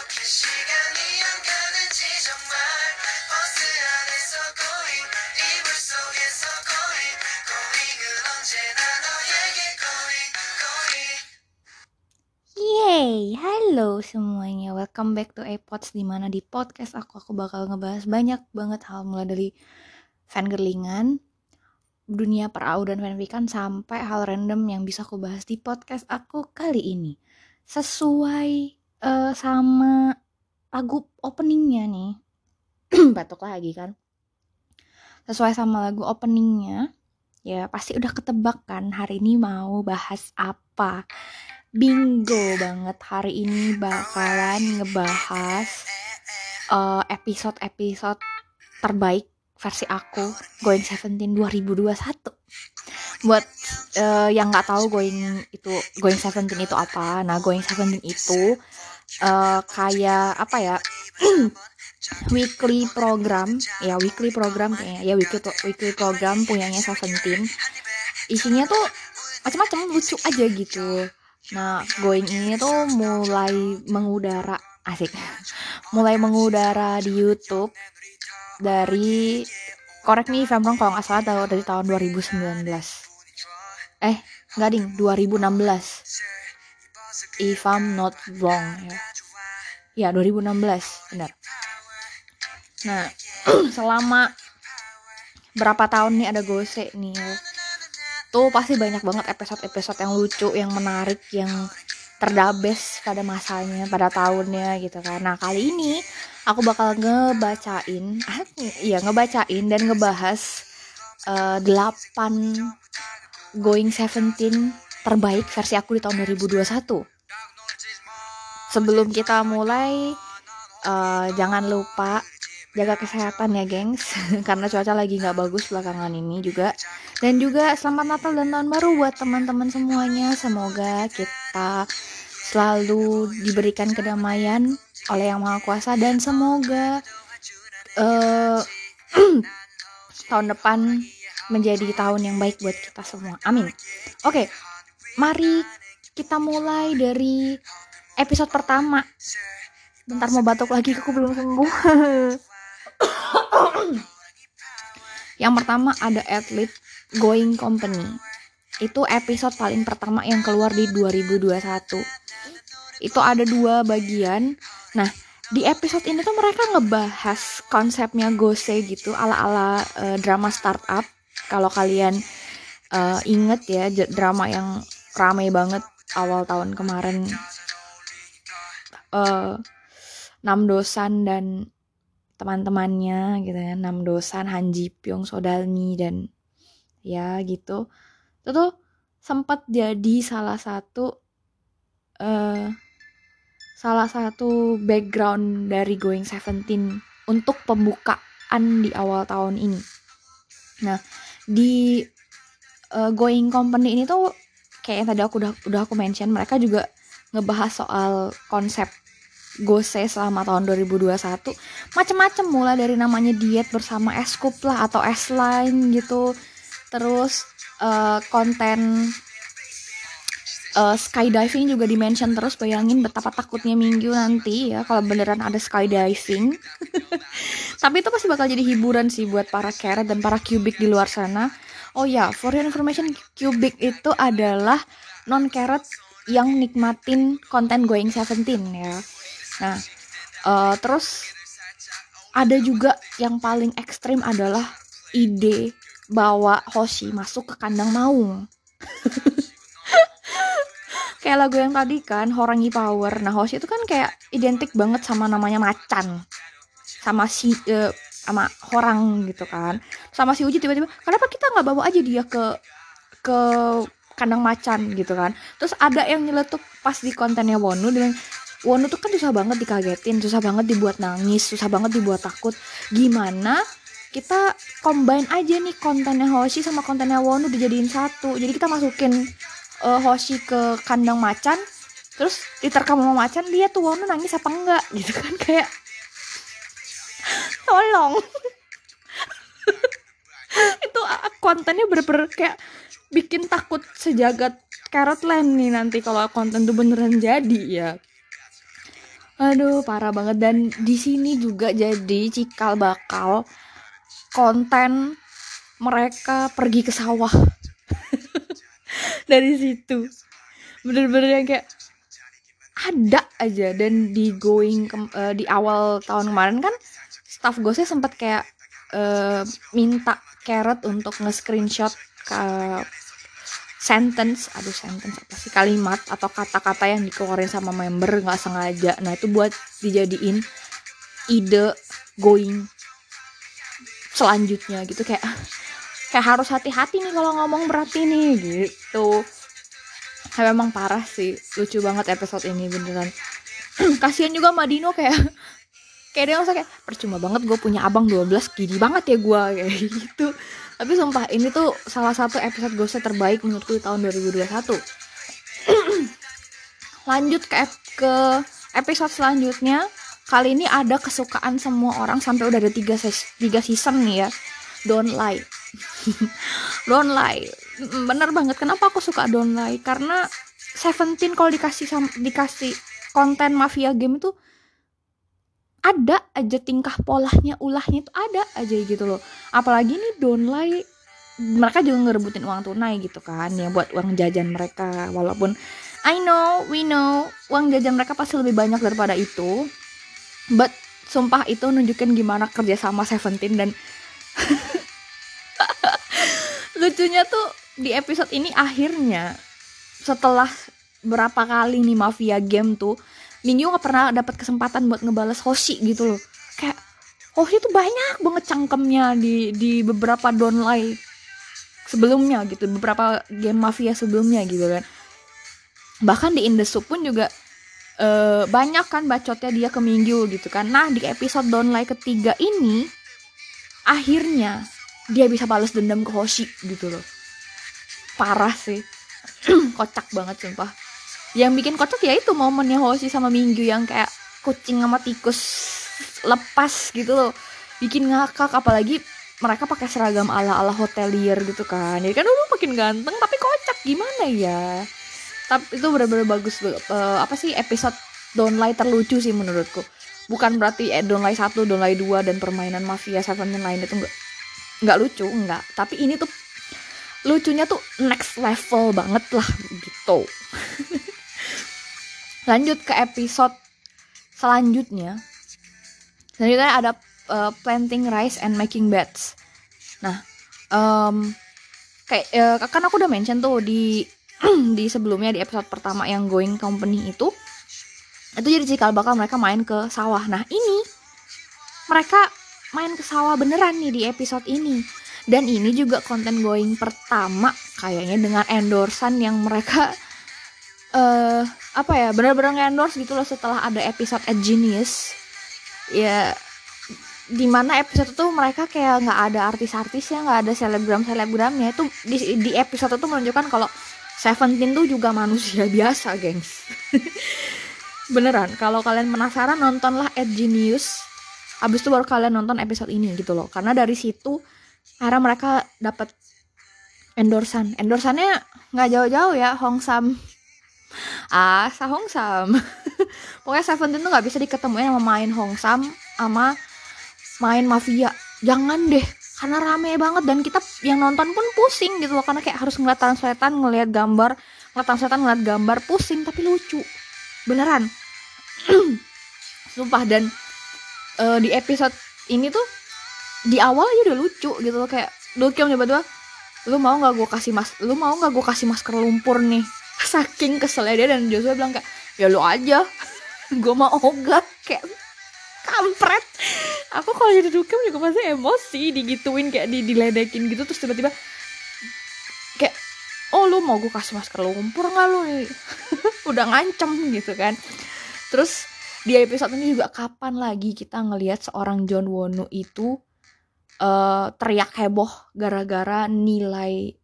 Yeay, halo semuanya. Welcome back to iPods, dimana di podcast aku bakal ngebahas banyak banget hal, mulai dari fangirlingan, dunia perau dan fanfiction, sampai hal random yang bisa aku bahas di podcast aku kali ini. Sesuai sama lagu openingnya nih. Batuk lagi kan. Sesuai sama lagu openingnya, ya pasti udah ketebak kan hari ini mau bahas apa. Bingo banget, hari ini bakalan ngebahas episode-episode terbaik versi aku Going 17 2021. Buat yang nggak tahu Going 17 itu apa, nah Going 17 itu kayak apa ya? weekly program kayaknya ya, weekly program punyanya Seventeen. Isinya tuh macam-macam, lucu aja gitu. Nah, Going ini tuh mulai mengudara di YouTube dari, correct me if I'm wrong, kalau nggak salah dari tahun 2019. Nggak ding, 2016. If I'm not wrong ya. Ya, 2016, benar. Nah, selama berapa tahun nih ada Gose nih ya. Tuh pasti banyak banget episode-episode yang lucu, yang menarik, yang terdabes pada masanya, pada tahunnya gitu kan. Nah, kali ini aku bakal ngebacain dan ngebahas 8 Going 17 terbaik versi aku di tahun 2021. Sebelum kita mulai, jangan lupa jaga kesehatan ya gengs, karena cuaca lagi gak bagus belakangan ini juga. Dan juga selamat Natal dan Tahun Baru buat teman-teman semuanya. Semoga kita selalu diberikan kedamaian oleh Yang Maha Kuasa, dan semoga tahun depan menjadi tahun yang baik buat kita semua. Amin. Oke, mari kita mulai dari episode pertama. Bentar, mau batuk lagi, aku belum sembuh. Yang pertama ada Athlete Going Company. Itu episode paling pertama yang keluar di 2021. Itu ada 2 bagian. Nah, di episode ini tuh mereka ngebahas konsepnya Gose gitu, ala-ala drama startup. Kalau kalian inget ya, drama yang ramai banget awal tahun kemarin, Namdosan dan teman-temannya gitu ya, Namdosan, Han Ji Pyong, Sodalmi, dan ya gitu. Itu tuh sempat jadi salah satu background dari Going 17 untuk pembukaan di awal tahun ini. Nah, di Going Company ini tuh kayak yang tadi aku mention, mereka juga ngebahas soal konsep Gose selama tahun 2021, macem-macem, mulai dari namanya diet bersama S-Cup lah atau S-Line gitu, terus konten skydiving juga dimention terus. Bayangin betapa takutnya Minggu nanti ya kalau beneran ada skydiving. Tapi itu pasti bakal jadi hiburan sih buat para Carrot dan para Cubic di luar sana. Oh ya, for your information, Cubic itu adalah non-Carrot yang nikmatin konten Going 17 ya. Nah, terus ada juga yang paling ekstrim adalah ide bawa Hoshi masuk ke kandang maung. Kayak lagu yang tadi kan, Horangi Power. Nah, Hoshi itu kan kayak identik banget sama namanya macan, sama sama orang gitu kan. Sama si Uji tiba-tiba, kenapa kita nggak bawa aja dia ke kandang macan gitu kan. Terus ada yang nyeletuk pas di kontennya Wonu, dengan Wonu tuh kan susah banget dikagetin, susah banget dibuat nangis, susah banget dibuat takut. Gimana kita combine aja nih kontennya Hoshi sama kontennya Wonu dijadiin satu. Jadi kita masukin Hoshi ke kandang macan, terus diterkam sama macan, dia tuh Wonu nangis apa enggak gitu kan, kayak tolong. Itu kontennya bener-bener kayak bikin takut sejagat Carrotland nih nanti kalau konten tuh beneran jadi ya. Aduh, parah banget. Dan di sini juga jadi cikal bakal konten mereka pergi ke sawah. Dari situ bener-bener yang kayak ada aja. Dan di awal tahun kemarin kan staff Ghostnya sempat kayak minta Carrot untuk nge-screenshot ke sentence apa sih, kalimat atau kata-kata yang dikeluarin sama member nggak sengaja. Nah itu buat dijadiin ide going selanjutnya gitu, kayak harus hati-hati nih kalau ngomong berarti nih gitu. Memang parah sih, lucu banget episode ini beneran. Kasian juga sama Dino, kayak dia ngerasa kayak percuma banget gue punya abang 12, gini banget ya gue kayak gitu. Tapi sumpah ini tuh salah satu episode Ghost terbaik menurutku di tahun 2021. Lanjut ke episode selanjutnya. Kali ini ada kesukaan semua orang sampai udah ada 3 season nih ya. Don't Lie. Don't Lie. Bener banget, kenapa aku suka Don't Lie? Karena Seventeen kalau dikasih konten mafia game itu ada aja tingkah polanya, ulahnya itu ada aja gitu loh. Apalagi nih Don't Lie, mereka juga ngerebutin uang tunai gitu kan, yang buat uang jajan mereka. Walaupun we know uang jajan mereka pasti lebih banyak daripada itu, but sumpah itu nunjukin gimana kerja sama Seventeen. Dan lucunya tuh di episode ini akhirnya setelah berapa kali nih mafia game tuh, Mingyu gak pernah dapat kesempatan buat ngebales Hoshi gitu loh. Kayak Hoshi tuh banyak banget cangkemnya di beberapa Don't Lie sebelumnya gitu, beberapa game mafia sebelumnya gitu kan. Bahkan di In The Soup pun juga banyak kan bacotnya dia ke Mingyu gitu kan. Nah di episode Don't Lie ketiga ini akhirnya dia bisa balas dendam ke Hoshi gitu loh. Parah sih. Kocak banget sumpah. Yang bikin kocak ya itu momennya Hoshi sama Mingyu yang kayak kucing sama tikus lepas gitu loh, bikin ngakak. Apalagi mereka pakai seragam ala-ala hotelier gitu kan, jadi kan makin ganteng tapi kocak gimana ya. Tapi itu benar-benar bagus. Apa sih, episode Don't Lie terlucu sih menurutku. Bukan berarti Don't Lie 1, Don't Lie 2 dan permainan Mafia Seventeen lain itu enggak lucu, enggak. Tapi ini tuh lucunya tuh next level banget lah gitu. Lanjut ke episode selanjutnya. Selanjutnya ada planting rice and making beds. Nah, kan aku udah mention tuh di di sebelumnya, di episode pertama yang Going Company itu jadi cikal bakal mereka main ke sawah. Nah ini mereka main ke sawah beneran nih di episode ini. Dan ini juga konten Going pertama kayaknya dengan endorsan yang mereka benar-benar nge-endorse gitu loh setelah ada episode A Genius ya, dimana episode itu mereka kayak nggak ada artis-artisnya, nggak ada selebgramnya. Itu di episode itu menunjukkan kalau Seventeen tuh juga manusia biasa, gengs. Beneran, kalau kalian penasaran nontonlah A Genius, abis itu baru kalian nonton episode ini gitu loh. Karena dari situ akhirnya mereka dapat endorsannya nggak jauh-jauh ya, Hong Sam. Hong Sam. Pokoknya Seventeen tuh nggak bisa diketemuin sama main Hong Sam sama main Mafia. Jangan deh, karena rame banget dan kita yang nonton pun pusing gitu loh, karena kayak harus ngeliat translatean, ngeliat gambar, pusing tapi lucu. Beneran. Sumpah. Dan di episode ini tuh di awal aja udah lucu gitu loh, kayak Dokyom tiba-tiba, lu mau nggak gue kasih masker lumpur nih. Saking keselnya dia, dan Joshua bilang kayak ya lu aja. Gue mau ogah, kayak kampret. Aku kalau jadi Dokyom juga pasti emosi digituin, kayak diledekin gitu. Terus tiba-tiba kayak, oh lu mau gue kasih masker lumpur nggak lu nih? Udah ngancem gitu kan. Terus di episode ini juga kapan lagi kita ngelihat seorang John Wonu itu teriak heboh gara-gara nilai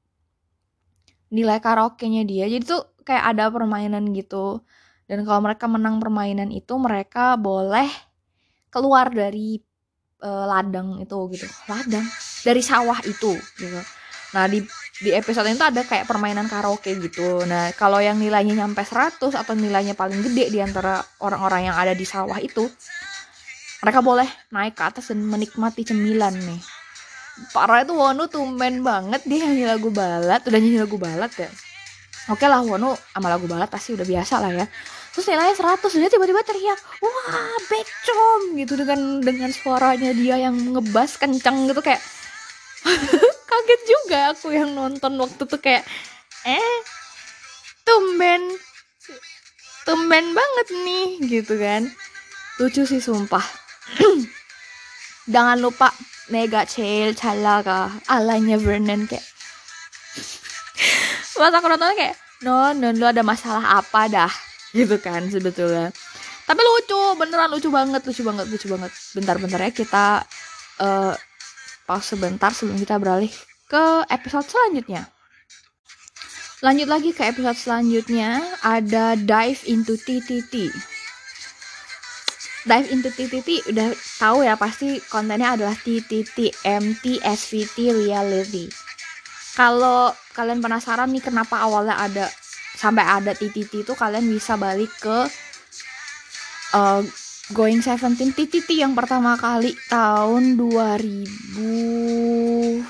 karaoke-nya dia. Jadi tuh kayak ada permainan gitu, dan kalau mereka menang permainan itu mereka boleh keluar dari ladang itu gitu, dari sawah itu gitu. Nah di episode itu ada kayak permainan karaoke gitu. Nah, kalau yang nilainya nyampe 100 atau nilainya paling gede di antara orang-orang yang ada di sawah itu, mereka boleh naik ke atas dan menikmati cemilan nih. Parah itu Wonu tumben banget dia nyanyi lagu balad, udah nyanyi lagu balad ya. Oke lah, Wonu sama lagu balad pasti udah biasa lah ya. Terus nilainya 100, dia tiba-tiba teriak, wah becom gitu dengan suaranya dia yang ngebas kencang gitu, kayak kaget juga aku yang nonton waktu tuh, kayak tumben banget nih gitu kan. Lucu sih sumpah. Jangan lupa Nega Cel Calaga alanya Vernon, kayak pas aku nontonnya kayak non lu ada masalah apa dah gitu kan sebetulnya. Tapi beneran lucu banget. Bentar ya, kita pause sebentar sebelum kita beralih ke episode selanjutnya. Lanjut lagi ke episode selanjutnya, ada Dive into TTT. Dive into TTT udah tahu ya, pasti kontennya adalah TTT MT SVT Reality. Kalau kalian penasaran nih kenapa awalnya sampai ada TTT itu, kalian bisa balik ke Going 17 TTT yang pertama kali tahun 2017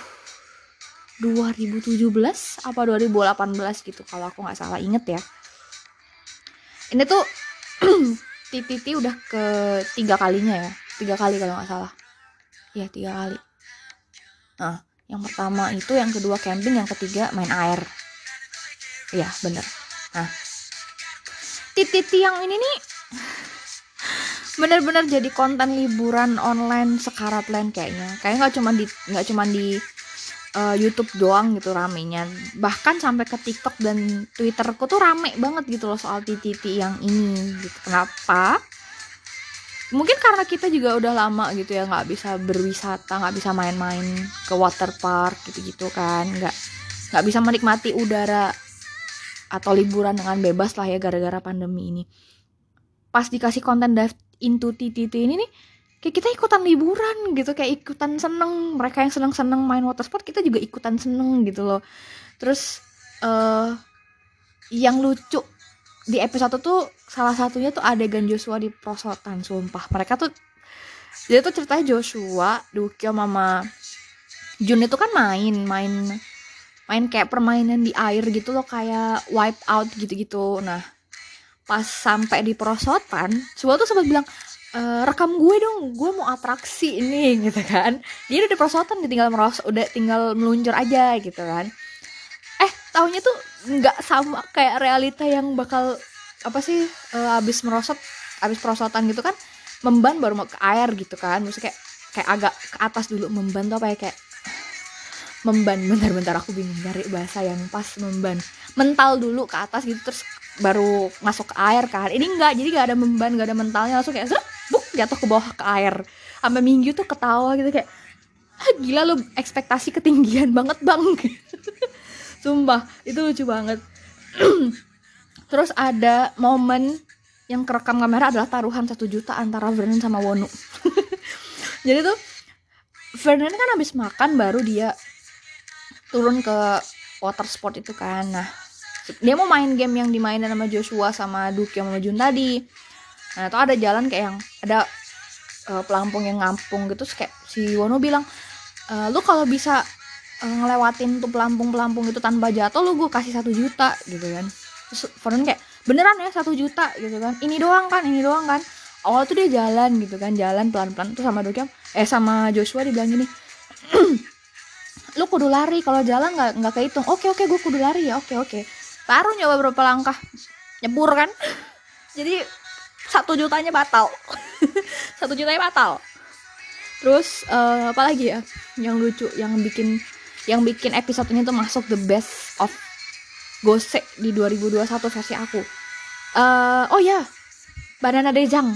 apa 2018 gitu kalau aku nggak salah inget ya. Ini tuh TTT udah ke 3 kalinya ya, 3 kali kalau nggak salah ya, 3 kali. Nah, yang pertama itu, yang kedua camping, yang ketiga main air. Iya bener. Nah, TTT yang ini nih bener-bener jadi konten liburan online sekarat lain kayaknya. Kayaknya nggak cuma di YouTube doang gitu ramenya. Bahkan sampai ke TikTok dan Twitterku tuh rame banget gitu loh soal TTT yang ini gitu. Kenapa? Mungkin karena kita juga udah lama gitu ya nggak bisa berwisata, nggak bisa main-main ke water park gitu-gitu kan, nggak bisa menikmati udara atau liburan dengan bebas lah ya gara-gara pandemi ini. Pas dikasih konten Dive into TTT ini nih, kayak kita ikutan liburan gitu, kayak ikutan seneng. Mereka yang seneng main water sport, kita juga ikutan seneng gitu loh. Terus yang lucu di episode tuh salah satunya tuh adegan Joshua di perosotan. Sumpah, mereka tuh, jadi tuh ceritanya Joshua, Dukyo, Mama Jun itu kan main kayak permainan di air gitu loh, kayak wipe out gitu-gitu. Nah, pas sampai di perosotan, Joshua tuh sempat bilang, rekam gue dong, gue mau atraksi ini gitu kan. Dia udah di perosotan, dia udah tinggal meluncur aja gitu kan. Taunya tuh nggak sama kayak realita yang bakal apa sih, abis perosotan gitu kan, memban baru mau ke air gitu kan. Maksudnya kayak agak ke atas dulu. Memban tuh apa ya, kayak memban, bentar aku bingung cari bahasa yang pas. Memban, mental dulu ke atas gitu, terus baru masuk ke air kan. Ini enggak, jadi gak ada memban, gak ada mentalnya, langsung kayak jatuh ke bawah ke air. Sampai Minggu tuh ketawa gitu, kayak gila lu, ekspektasi ketinggian banget bang. Sumpah itu lucu banget. Terus ada momen yang kerekam kamera adalah taruhan 1 juta antara Vernon sama Wonu. Jadi tuh Vernon kan habis makan baru dia turun ke water sport itu kan. Nah, dia mau main game yang dimainin sama Joshua sama Duke sama Jun tadi. Nah, itu ada jalan kayak yang ada pelampung yang ngampung gitu. Terus kayak si Wonu bilang, lu kalau bisa ngelewatin tuh pelampung itu tanpa jatuh, lu gue kasih 1 juta gitu kan. Terus Vernon kayak, beneran ya 1 juta gitu kan, ini doang kan. Awal tuh dia jalan gitu kan, jalan pelan-pelan tuh sama Duke sama Joshua dibilang gini, lu kudu lari, kalau jalan nggak kehitung. Oke gue kudu lari ya, oke. Baru nyoba berapa langkah nyebur kan. Jadi 1 jutanya batal. 1 jutanya batal. Terus apa lagi ya yang lucu, yang bikin episode ini tuh masuk the best of Gose di 2021 versi aku. Oh ya, Banana Dejang.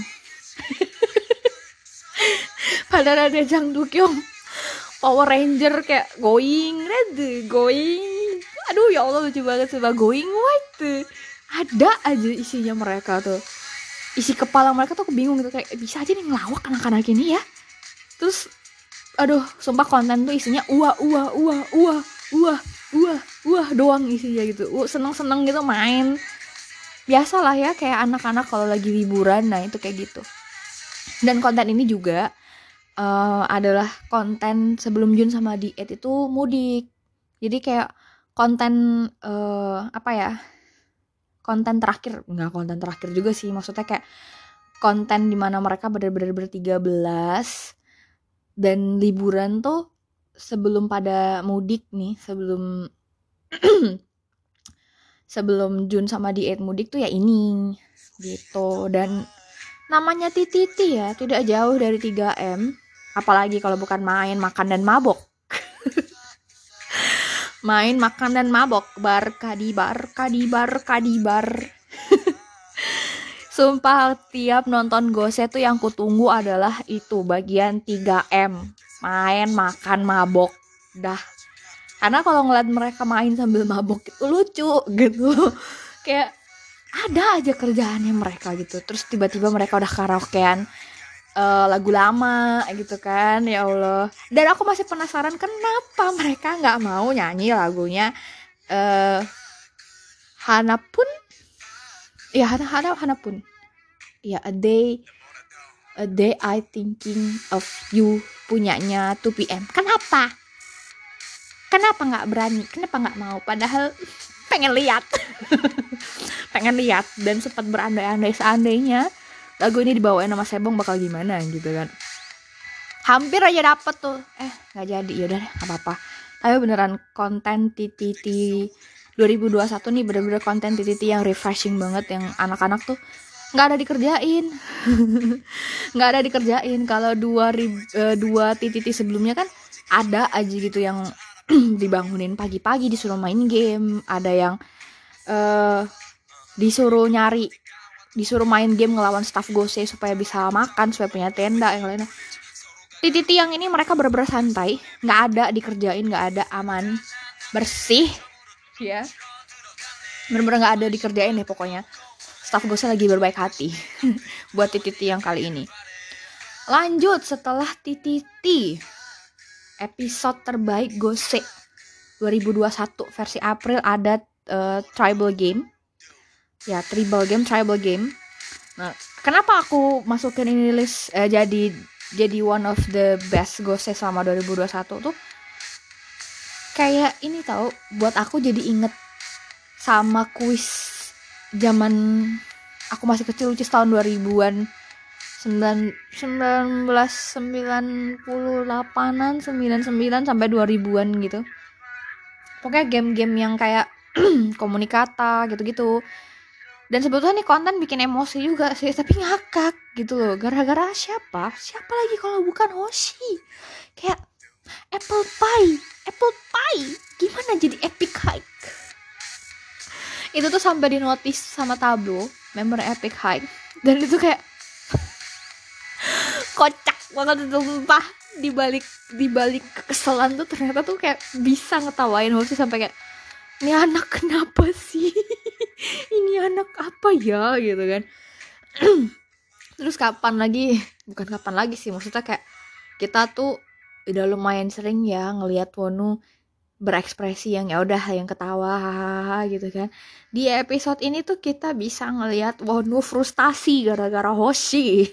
Banana Dejang Dukyong Power Ranger kayak going red, going, aduh ya Allah lucu banget sih, going white. Ada aja isinya mereka tuh, isi kepala mereka tuh bingung gitu, kayak bisa aja nih ngelawak anak-anak ini ya. Terus aduh sumpah konten tuh isinya uah gua doang isinya gitu. Seneng-seneng gitu main. Biasalah ya kayak anak-anak kalau lagi liburan, nah itu kayak gitu. Dan konten ini juga adalah konten sebelum Jun sama Diet itu mudik. Jadi kayak konten apa ya? Konten terakhir, enggak konten terakhir juga sih. Maksudnya kayak konten dimana mereka benar-benar ber-13 dan liburan tuh sebelum pada mudik nih, sebelum Jun sama Diet mudik tuh ya ini gitu. Dan namanya Titi ya tidak jauh dari 3M, apalagi kalau bukan main, makan dan mabok. Main, makan dan mabok, bar kadibar. Sumpah tiap nonton Gose tuh yang kutunggu adalah itu bagian 3M. Main, makan, mabok. Dah. Karena kalau ngeliat mereka main sambil mabok itu lucu gitu. Kayak ada aja kerjaannya mereka gitu. Terus tiba-tiba mereka udah karaokean lagu lama gitu kan, ya Allah. Dan aku masih penasaran kenapa mereka nggak mau nyanyi lagunya Hanapun. Ya Hanapun. Ya a day I thinking of you punyanya 2PM. Kenapa nggak berani? Kenapa nggak mau? Padahal pengen lihat. Pengen lihat dan sempat berandai-andai seandainya lagu ini dibawain sama Sebong bakal gimana gitu kan. Hampir aja dapet tuh, nggak jadi. Yaudah deh, nggak apa-apa. Tapi beneran konten TTT 2021 nih bener-bener konten TTT yang refreshing banget, yang anak-anak tuh nggak ada dikerjain. Nggak ada dikerjain. Kalau dua TTT sebelumnya kan ada aja gitu yang dibangunin pagi-pagi disuruh main game, ada yang disuruh main game ngelawan staff Gose supaya bisa makan, supaya punya tenda yang lainnya. Titi yang ini mereka bener-bener santai, nggak ada dikerjain, nggak ada, aman, bersih, ya, bener-bener nggak ada dikerjain deh pokoknya. Staff Gose lagi berbaik hati buat Titi yang kali ini. Lanjut setelah Titi, episode terbaik Gose 2021 versi April ada tribal game. Ya, tribal game. Nah, kenapa aku masukin ini list jadi one of the best Gose selama 2021 tuh? Kayak ini tahu, buat aku jadi inget sama kuis zaman aku masih kecil, lucu tahun 2000-an, 1998-an, 99 sampai 2000-an gitu. Pokoknya game-game yang kayak komunikata gitu-gitu. Dan sebetulnya nih konten bikin emosi juga sih, tapi ngakak gitu loh. Gara-gara siapa lagi kalau bukan Hoshi. Kayak apple pie gimana jadi epic hike. Itu tuh sampai di notice sama Tablo member epic hike, dan itu kayak kocak banget itu, sumpah. Dibalik kekesalan tuh ternyata tuh kayak bisa ngetawain Hoshi sampai kayak, ini anak kenapa sih? Ini anak apa ya gitu kan. Terus kapan lagi sih, maksudnya kayak kita tuh udah lumayan sering ya ngelihat Wonu berekspresi yang ya udah yang ketawa hahaha gitu kan. Di episode ini tuh kita bisa ngelihat Wonu frustasi gara-gara Hoshi.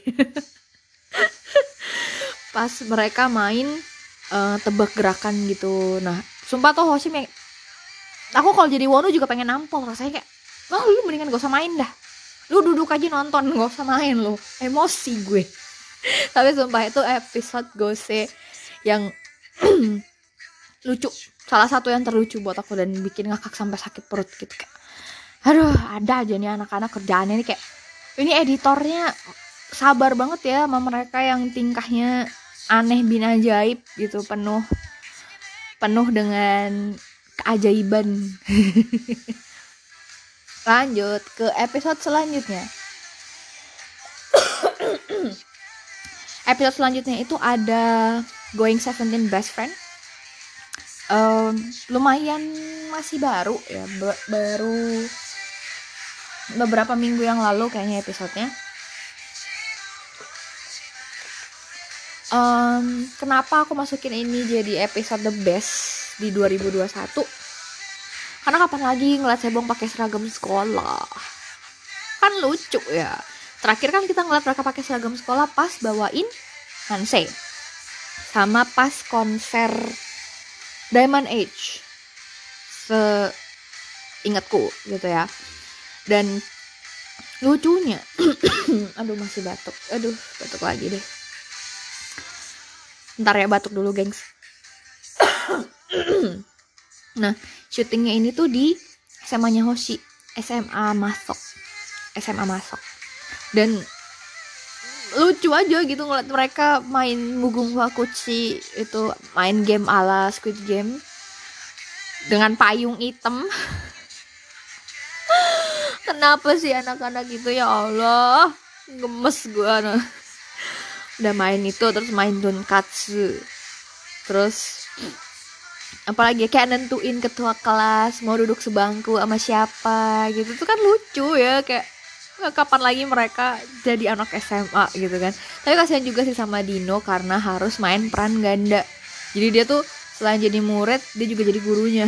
Pas mereka main tebak gerakan gitu. Nah, sumpah tuh Hoshi aku kalau jadi Wonu juga pengen nampol rasanya, kayak lu mendingan gak usah main dah, lu duduk aja nonton, gak usah main lu, emosi gue. Tapi sumpah itu episode Gose yang lucu, salah satu yang terlucu buat aku dan bikin ngakak sampai sakit perut gitu. Kayak aduh, ada aja nih anak-anak kerjaannya nih kayak ini, editornya sabar banget ya sama mereka yang tingkahnya aneh bin ajaib gitu, penuh dengan keajaiban. Lanjut ke episode selanjutnya. Episode selanjutnya itu ada Going 17 Best Friend. Lumayan masih baru ya, baru beberapa minggu yang lalu kayaknya episodenya. Kenapa aku masukin ini jadi episode the best di 2021? Karena kapan lagi ngeliat cebong pakai seragam sekolah, kan lucu ya. Terakhir kan kita ngeliat mereka pakai seragam sekolah pas bawain Hanse, sama pas konser Diamond Age, seingatku gitu ya. Dan lucunya aduh masih batuk lagi deh, ntar ya, batuk dulu gengs. Nah, syutingnya ini tuh di SMA-nya Hoshi, SMA Masok. Dan lucu aja gitu ngeliat mereka main Mugung Wakuchi, itu main game ala Squid Game dengan payung hitam. Kenapa sih anak-anak gitu, ya Allah, gemes gue. Nah, udah main itu, terus main Donkatsu, terus apalagi kayak nentuin ketua kelas mau duduk sebangku sama siapa gitu, tuh kan lucu ya. Kayak kapan lagi mereka jadi anak SMA gitu kan. Tapi kasihan juga sih sama Dino karena harus main peran ganda. Jadi dia tuh selain jadi murid, dia juga jadi gurunya.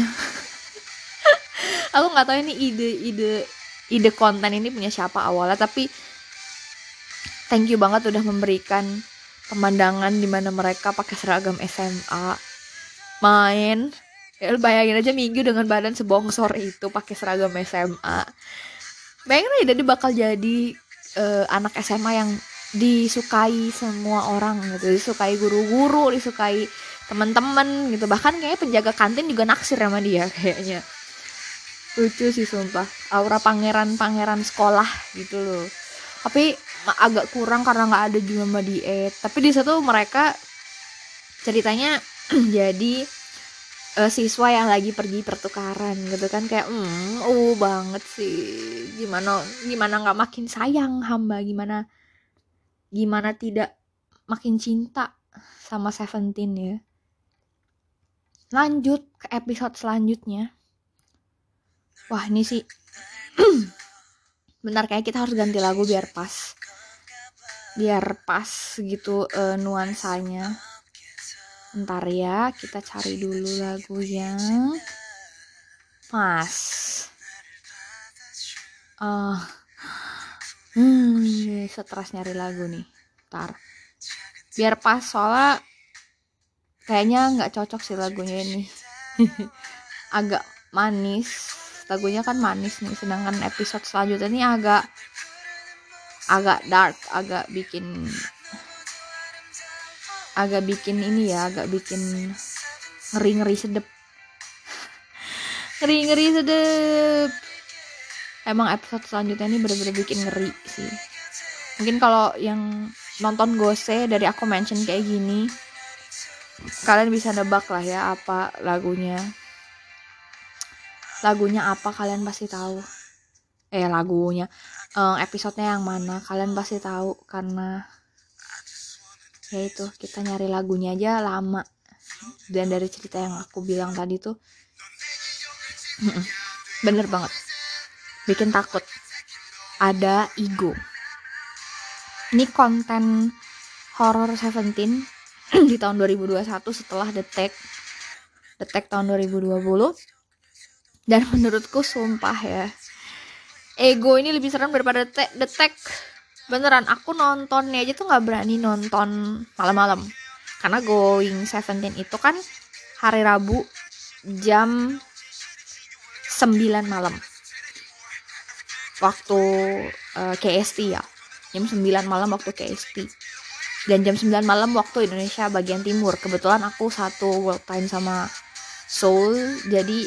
Aku nggak tahu ini ide konten ini punya siapa awalnya, tapi thank you banget udah memberikan pemandangan dimana mereka pakai seragam SMA main. Ya, bayangin aja Minggu dengan badan sebongsor itu pakai seragam SMA. Bayangin aja dia bakal jadi anak SMA yang disukai semua orang gitu, disukai guru-guru, disukai teman-teman gitu. Bahkan kayaknya penjaga kantin juga naksir sama dia kayaknya. Lucu sih sumpah, aura pangeran sekolah gitu loh. Tapi agak kurang karena nggak ada juga sama diet. Tapi di situ mereka ceritanya jadi siswa yang lagi pergi pertukaran gitu kan, kayak banget sih. Gimana nggak makin sayang hamba, gimana tidak makin cinta sama Seventeen ya. Lanjut ke episode selanjutnya. Wah ini sih bentar, kayak kita harus ganti lagu biar pas gitu nuansanya. Ntar ya, kita cari dulu lagu yang pas. Stres nyari lagu nih. Ntar biar pas, soalnya kayaknya nggak cocok sih lagunya ini. Agak manis, lagunya kan manis nih, sedangkan episode selanjutnya ini agak dark, agak bikin ini ya, agak bikin ngeri sedep. ngeri sedep. Emang episode selanjutnya ini bener-bener bikin ngeri sih. Mungkin kalau yang nonton Gose dari aku mention kayak gini, kalian bisa nebak lah ya apa lagunya apa, kalian pasti tahu. Lagunya episodenya yang mana kalian pasti tahu, karena ya itu, kita nyari lagunya aja lama. Dan dari cerita yang aku bilang tadi tuh bener banget bikin takut. Ada Ego. Ini konten horror Seventeen di tahun 2021 setelah Detect tahun 2020. Dan menurutku sumpah ya, Ego ini lebih serem daripada Detect. Beneran, aku nontonnya aja tuh gak berani nonton malam-malam. Karena Going Seventeen itu kan hari Rabu jam 9 malam waktu KST ya. Jam 9 malam waktu KST. Dan jam 9 malam waktu Indonesia bagian timur. Kebetulan aku satu world time sama Seoul, jadi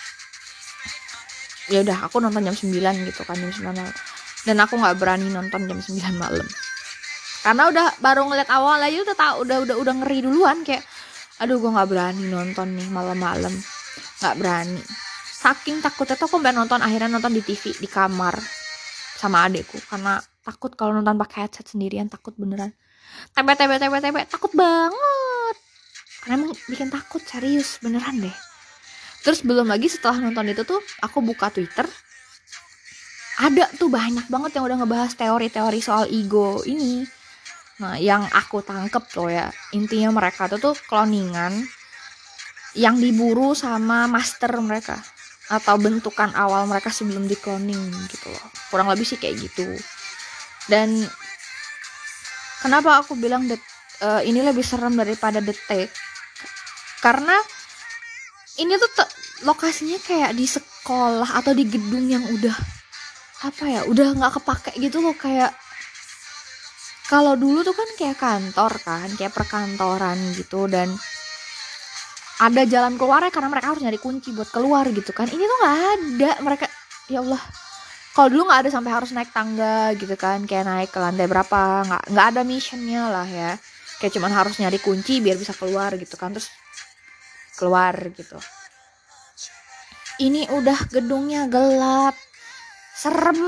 ya udah aku nonton jam 9 gitu kan, jam 9 malam. Dan aku nggak berani nonton jam 9 malam karena baru ngeliat awal aja udah tahu, udah ngeri duluan, kayak aduh gue nggak berani nonton nih malam-malam, nggak berani. Saking takutnya tuh aku akhirnya nonton di TV di kamar sama adekku, karena takut kalau nonton pakai headset sendirian, takut beneran. Tebe takut banget, karena emang bikin takut, serius beneran deh. Terus belum lagi setelah nonton itu tuh aku buka Twitter, ada tuh banyak banget yang udah ngebahas teori-teori soal Ego ini. Nah, yang aku tangkep loh ya, intinya mereka tuh cloningan yang diburu sama master mereka. atau bentukan awal mereka sebelum di cloning gitu loh, kurang lebih sih kayak gitu. Dan kenapa aku bilang ini lebih serem daripada The Take, karena ini tuh lokasinya kayak di sekolah atau di gedung yang udah udah nggak kepake gitu loh. Kayak kalau dulu tuh kan kayak kantor kan, kayak perkantoran gitu, dan ada jalan keluarnya karena mereka harus nyari kunci buat keluar gitu kan. Ini tuh nggak ada, mereka, ya Allah, kalau dulu nggak ada sampai harus naik tangga gitu kan, kayak naik ke lantai berapa, nggak ada missionnya lah ya, kayak cuman harus nyari kunci biar bisa keluar gitu kan, terus keluar gitu. Ini udah gedungnya gelap, serem,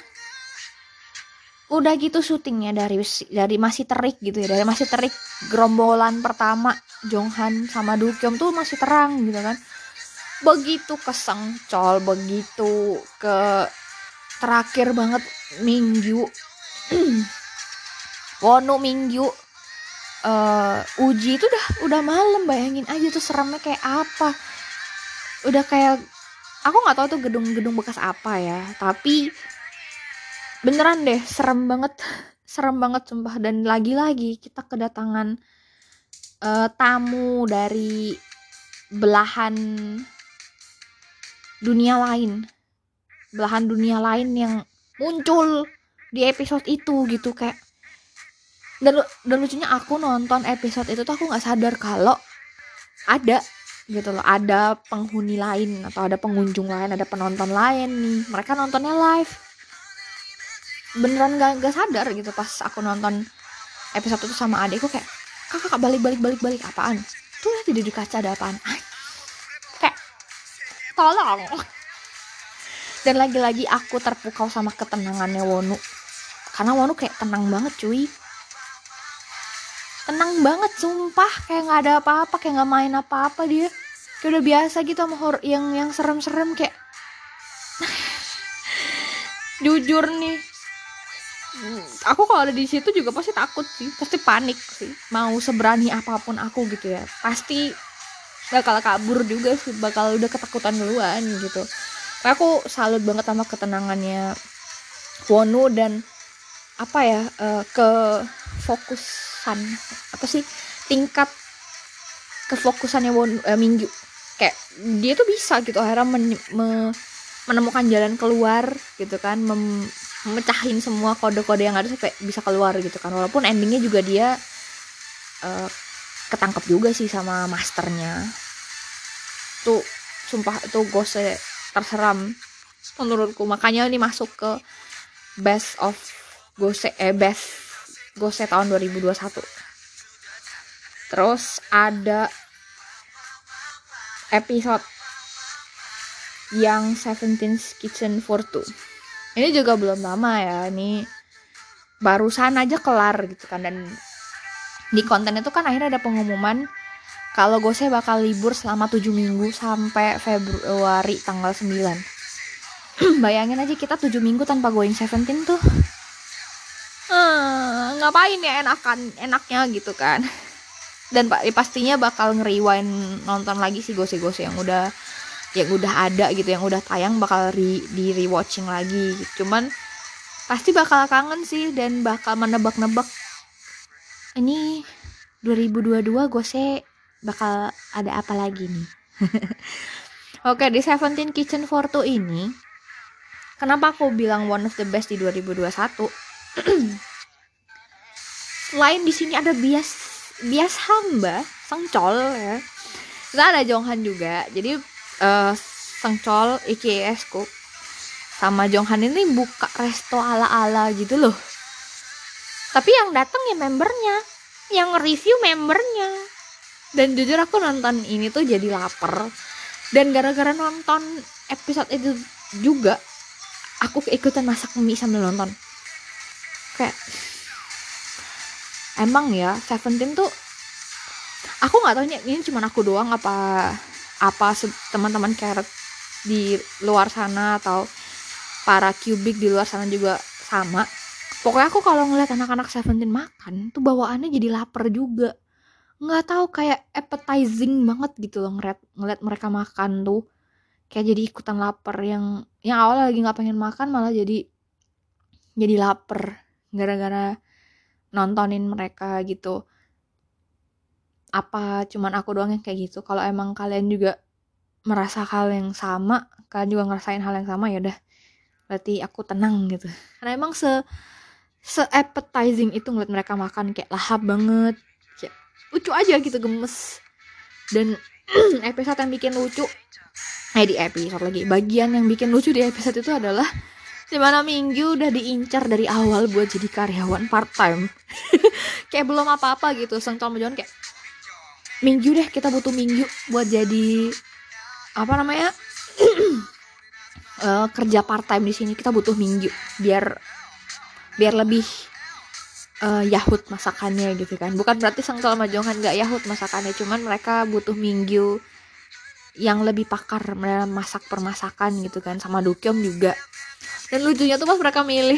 udah gitu syutingnya dari masih terik gitu ya, dari masih terik gerombolan pertama Jonghan sama Dukyom tuh masih terang gitu kan. Begitu ke Sengchol, begitu ke terakhir banget Mingyu, Wonu Mingyu, Uji itu udah malam, bayangin aja tuh seremnya kayak apa. Udah kayak, aku nggak tahu tuh gedung-gedung bekas apa ya, tapi beneran deh serem banget sumpah. Dan lagi-lagi kita kedatangan tamu dari belahan dunia lain yang muncul di episode itu gitu. Kayak dan lucunya aku nonton episode itu tuh aku nggak sadar kalau ada gitu loh, ada penghuni lain atau ada pengunjung lain, ada penonton lain nih, mereka nontonnya live. Beneran gak sadar gitu pas aku nonton episode itu sama adekku, kayak kakak balik apaan tuh, lihat di kaca ada apaan, kayak tolong. Dan lagi-lagi aku terpukau sama ketenangannya Wonu, karena Wonu kayak tenang banget cuy, tenang banget sumpah, kayak nggak ada apa-apa, kayak nggak main apa-apa, dia kayak udah biasa gitu sama horror yang serem-serem. Kayak jujur nih, aku kalau ada di situ juga pasti takut sih, pasti panik sih, mau seberani apapun aku gitu ya, pasti bakal kabur juga sih, bakal udah ketakutan duluan gitu. Kayak aku salut banget sama ketenangannya Wonu dan ke fokusan tingkat kefokusannya Mingyu. Kayak dia tuh bisa gitu akhirnya menemukan jalan keluar gitu kan, memecahin semua kode-kode yang ada sampai bisa keluar gitu kan. Walaupun endingnya juga dia ketangkep juga sih sama masternya. Tuh sumpah itu gose terseram menurutku, makanya ini masuk ke best gose tahun 2021. Terus ada episode yang 17's Kitchen for Two. Ini juga belum lama ya, ini barusan aja kelar gitu kan. Dan di konten itu kan akhirnya ada pengumuman kalau Gose bakal libur selama 7 minggu sampai Februari tanggal 9. Bayangin aja kita 7 minggu tanpa Going 17 tuh ngapain ya enaknya gitu kan. Dan pastinya bakal nge-rewind nonton lagi sih Gose-Gose yang udah ada gitu, yang udah tayang bakal di rewatching lagi gitu. Cuman pasti bakal kangen sih dan bakal menebak-nebak ini 2022 Gose bakal ada apa lagi nih. Oke, di 17 Kitchen for Two ini kenapa aku bilang one of the best di 2021? Selain di sini ada bias hamba Sengchol ya, kita ada Jonghan juga. Jadi Sengchol IKS Cook sama Jonghan ini buka resto ala-ala gitu loh, tapi yang datang ya membernya, yang review membernya. Dan jujur aku nonton ini tuh jadi lapar, dan gara-gara nonton episode itu juga aku ikutan masak mie sambil nonton. Kayak emang ya 17 tuh, aku nggak tahu ini cuma aku doang apa teman-teman carrot di luar sana atau para kubik di luar sana juga sama. Pokoknya aku kalau ngeliat anak-anak 17 makan tuh bawaannya jadi lapar juga, nggak tahu, kayak appetizing banget gitu loh ngeliat mereka makan tuh. kayak jadi ikutan lapar, yang awalnya lagi nggak pengen makan malah jadi lapar gara-gara nontonin mereka gitu. Apa cuman aku doang yang kayak gitu? Kalau emang kalian juga merasa hal yang sama, kalian juga ngerasain hal yang sama, ya udah berarti aku tenang gitu. Karena emang se appetizing itu ngeliat mereka makan, kayak lahap banget, kayak lucu aja gitu, gemes. Dan episode yang bikin lucu di episode lagi, bagian yang bikin lucu di episode itu adalah dimana Minggu udah diincar dari awal buat jadi karyawan part time. Kayak belum apa-apa gitu, Seng Tom John kayak, Minggu deh, kita butuh Minggu buat jadi apa namanya kerja part time di sini, kita butuh Minggu biar lebih yahut masakannya gitu kan. Bukan berarti Sang Tol Majongan gak yahut masakannya, cuman mereka butuh Minggu yang lebih pakar dalam masak permasakan gitu kan, sama Dukyom juga. Dan lucunya tuh pas mereka milih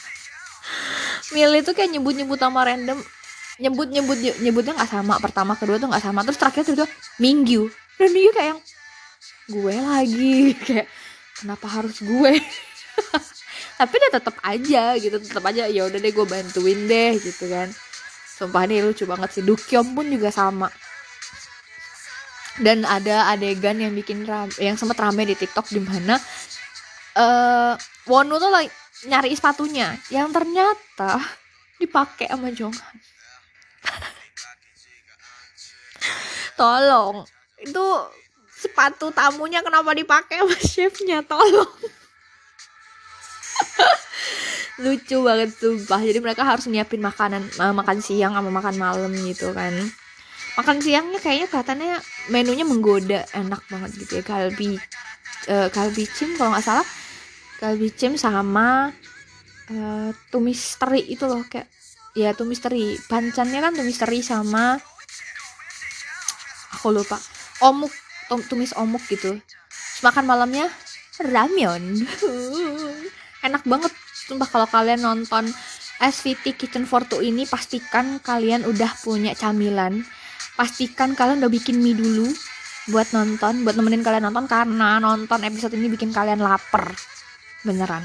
tuh kayak nyebut sama random, nyebutnya nggak sama, pertama kedua tuh nggak sama, terus terakhir tuh Minggu, dan Minggu kayak yang gue lagi kayak kenapa harus gue. Tapi dia tetap aja ya udah deh gue bantuin deh gitu kan. Sumpah nih lucu banget sih. Dukyom pun juga sama. Dan ada adegan yang bikin yang sempat rame di TikTok, di mana Wonu tuh lagi nyari sepatunya yang ternyata dipakai sama Jonghan. Tolong, itu sepatu tamunya kenapa dipakai sama chefnya? Tolong. Lucu banget sumpah. Jadi mereka harus nyiapin makanan, makan siang sama makan malam gitu kan. Makan siangnya kayaknya kelihatannya menunya menggoda, enak banget gitu ya. Kalbi cim kalau nggak salah, kalbi cim sama tumis teri itu loh, kayak ya tumis teri. Pancannya kan tumis teri sama aku lupa, omuk, tumis omuk gitu. Terus makan malamnya ramyeon. Enak banget sumpah. Kalau kalian nonton SVT Kitchen for Two ini, pastikan kalian udah punya camilan, pastikan kalian udah bikin mie dulu buat nemenin kalian nonton, karena nonton episode ini bikin kalian lapar beneran.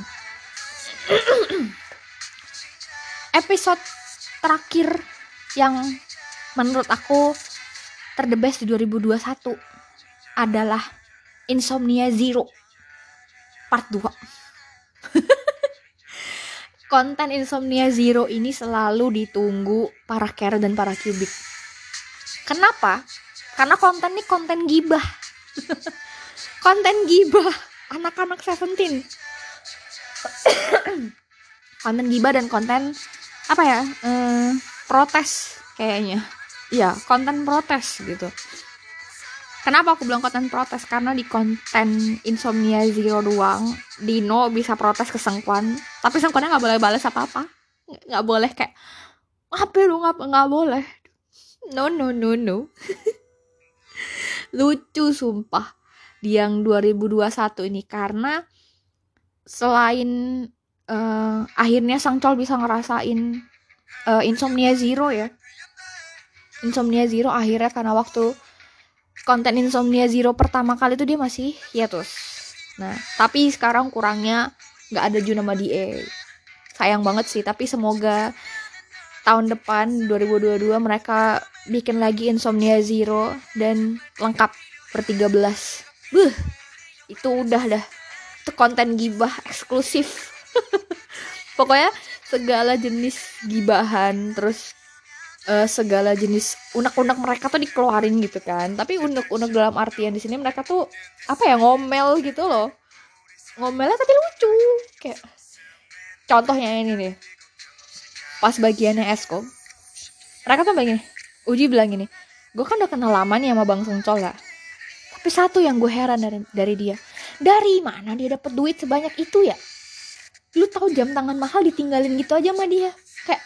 Episode terakhir yang menurut aku the best di 2021 adalah Insomnia Zero part 2. Konten Insomnia Zero ini selalu ditunggu para Care dan para Cubic. Kenapa? Karena konten ini konten gibah. Konten gibah anak-anak 17. Konten gibah dan konten apa ya? Protes kayaknya. Iya, konten protes gitu. Kenapa aku bilang konten protes? Karena di konten Insomnia Zero doang, Dino bisa protes ke Sengkwan, tapi Sengkwannya nggak boleh balas apa-apa, nggak boleh kayak apa lu, nggak boleh. No. Lucu sumpah di yang 2021 ini, karena selain akhirnya Sang Chol bisa ngerasain Insomnia Zero ya. Insomnia Zero akhirnya, karena waktu konten Insomnia Zero pertama kali itu dia masih hiatus. Nah, tapi sekarang kurangnya nggak ada Jun sama Die. Sayang banget sih, tapi semoga tahun depan 2022 mereka bikin lagi Insomnia Zero dan lengkap ber-13. Itu udah dah. Itu konten gibah eksklusif. Pokoknya segala jenis gibahan, terus segala jenis unek-unek mereka tuh dikeluarin gitu kan. Tapi unek-unek dalam artian di sini mereka tuh apa ya, ngomel gitu loh. Ngomelnya tapi lucu. Kayak contohnya ini nih. Pas bagiannya Eskom, mereka tuh begini, Uji bilang gini, gue kan udah kenal lama nih sama Bang Sengcol ya. Tapi satu yang gue heran dari dia, dari mana dia dapet duit sebanyak itu ya? Lu tahu jam tangan mahal ditinggalin gitu aja sama dia. Kayak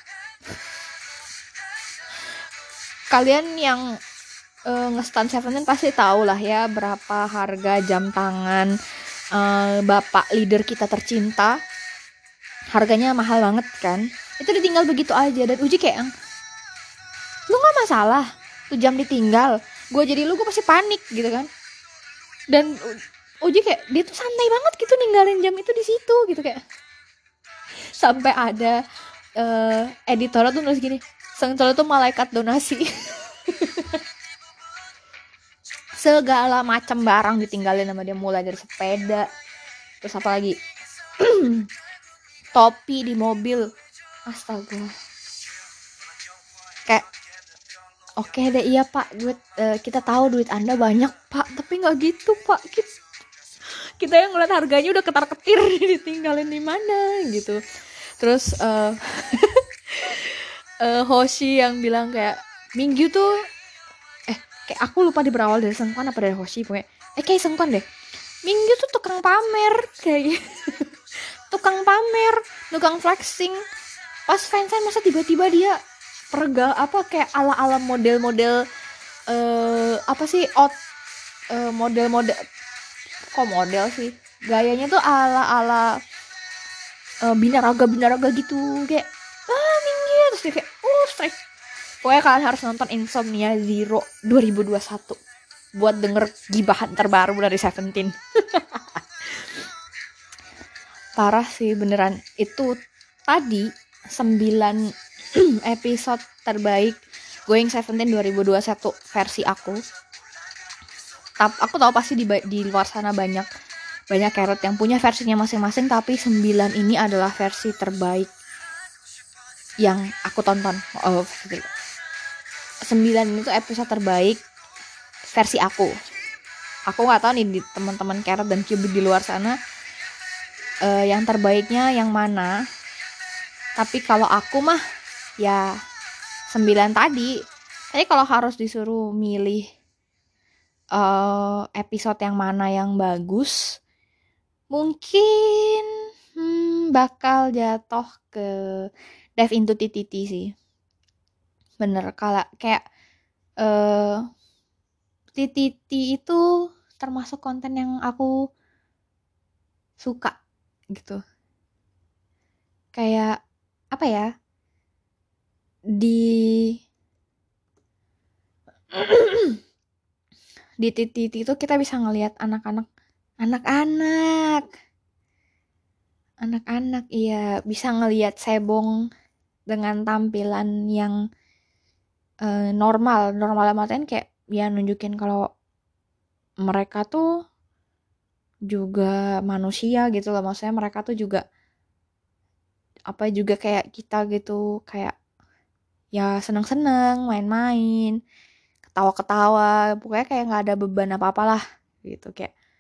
kalian yang nge-stan Seventeen pasti tahu lah ya berapa harga jam tangan bapak leader kita tercinta. Harganya mahal banget kan. Itu ditinggal begitu aja. Dan Uji kayak, lu gak masalah tuh jam ditinggal, gue jadi lu gue pasti panik gitu kan. Dan jadi kayak dia tuh santai banget gitu ninggalin jam itu di situ gitu, kayak sampai ada editornya tuh nulis gini, Seungcheol tuh malaikat donasi. Segala macam barang ditinggalin sama dia, mulai dari sepeda, terus apa lagi, topi di mobil, astaga, kayak oke deh, iya pak, duit kita tahu duit anda banyak pak, tapi nggak gitu pak, kita yang ngeliat harganya udah ketar-ketir ditinggalin di mana gitu. Terus Hoshi yang bilang kayak Minggu tuh kayak aku lupa di berawal dari Seungkwan apa dari Hoshi, pokoknya kayak Seungkwan deh, Minggu tuh tukang pamer kayak gitu. Tukang pamer, tukang flexing. Pas fansign masa tiba-tiba dia pergal apa kayak ala-ala model-model apa sih model-model, kok model sih, gayanya tuh ala-ala binaraga gitu, kayak minggir, terus dia kayak strike. Pokoknya kalian harus nonton Insomnia Zero 2021 buat denger gibahan terbaru dari Seventeen. Parah sih beneran, itu tadi 9 episode terbaik Going Seventeen 2021 versi aku. Aku tahu pasti di luar sana banyak carrot yang punya versinya masing-masing, tapi 9 ini adalah versi terbaik yang aku tonton. 9 itu episode terbaik versi aku. Aku nggak tahu nih di teman-teman carrot dan Cubit di luar sana yang terbaiknya yang mana. Tapi kalau aku mah ya 9 tadi. Tapi kalau harus disuruh milih episode yang mana yang bagus, mungkin bakal jatuh ke Dive into TTT sih. Bener, kalau kayak TTT itu termasuk konten yang aku suka gitu. Kayak apa ya, di di TTT itu kita bisa ngelihat anak-anak iya, bisa ngelihat Sebong dengan tampilan yang normal artian kayak ya nunjukin kalau mereka tuh juga manusia gitu loh, maksudnya mereka tuh juga juga kayak kita gitu, kayak ya seneng-seneng main-main, ketawa-ketawa, pokoknya kayak nggak ada beban apa-apalah gitu,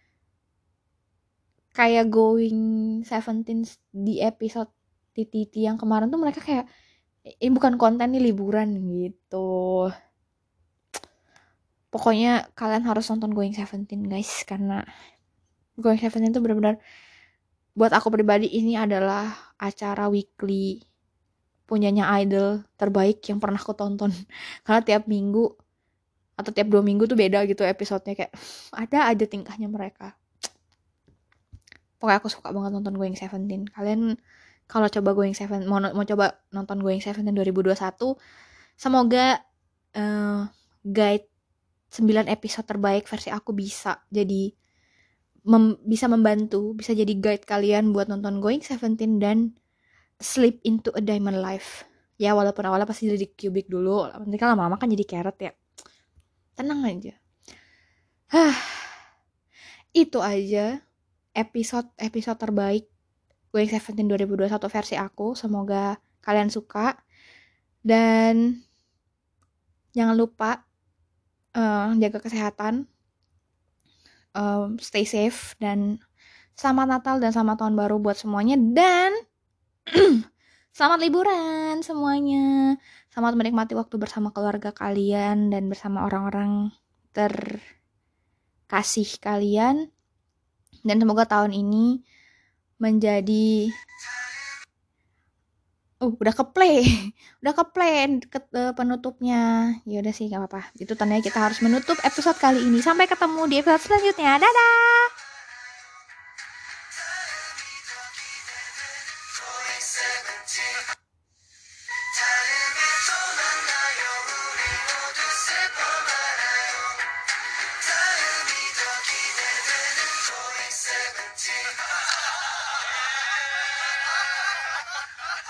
kayak Going Seventeen di episode TTT yang kemarin tuh mereka kayak ini bukan konten, nih liburan gitu. Pokoknya kalian harus nonton Going Seventeen guys, karena Going Seventeen itu benar-benar buat aku pribadi ini adalah acara weekly punyanya idol terbaik yang pernah aku tonton. Karena tiap minggu atau tiap 2 minggu tuh beda gitu episodenya, kayak ada aja tingkahnya mereka. Pokoknya aku suka banget nonton Going Seventeen. Kalian kalau coba Going Seven mau coba nonton Going Seventeen 2021, semoga guide 9 episode terbaik versi aku bisa jadi bisa membantu, bisa jadi guide kalian buat nonton Going Seventeen dan Slip into a Diamond Life. Ya walaupun awalnya pasti jadi Cubic dulu, nanti kan lama-lama kan jadi Carrot ya. Tenang aja. Itu aja episode terbaik Going Seventeen 2021 versi aku. Semoga kalian suka. Dan jangan lupa jaga kesehatan, stay safe, dan selamat Natal dan selamat Tahun Baru buat semuanya. Dan selamat liburan semuanya. Selamat menikmati waktu bersama keluarga kalian dan bersama orang-orang terkasih kalian. Dan semoga tahun ini menjadi udah ke play penutupnya. Ya udah sih, gak apa-apa. Itu tandanya kita harus menutup episode kali ini. Sampai ketemu di episode selanjutnya. Dadah.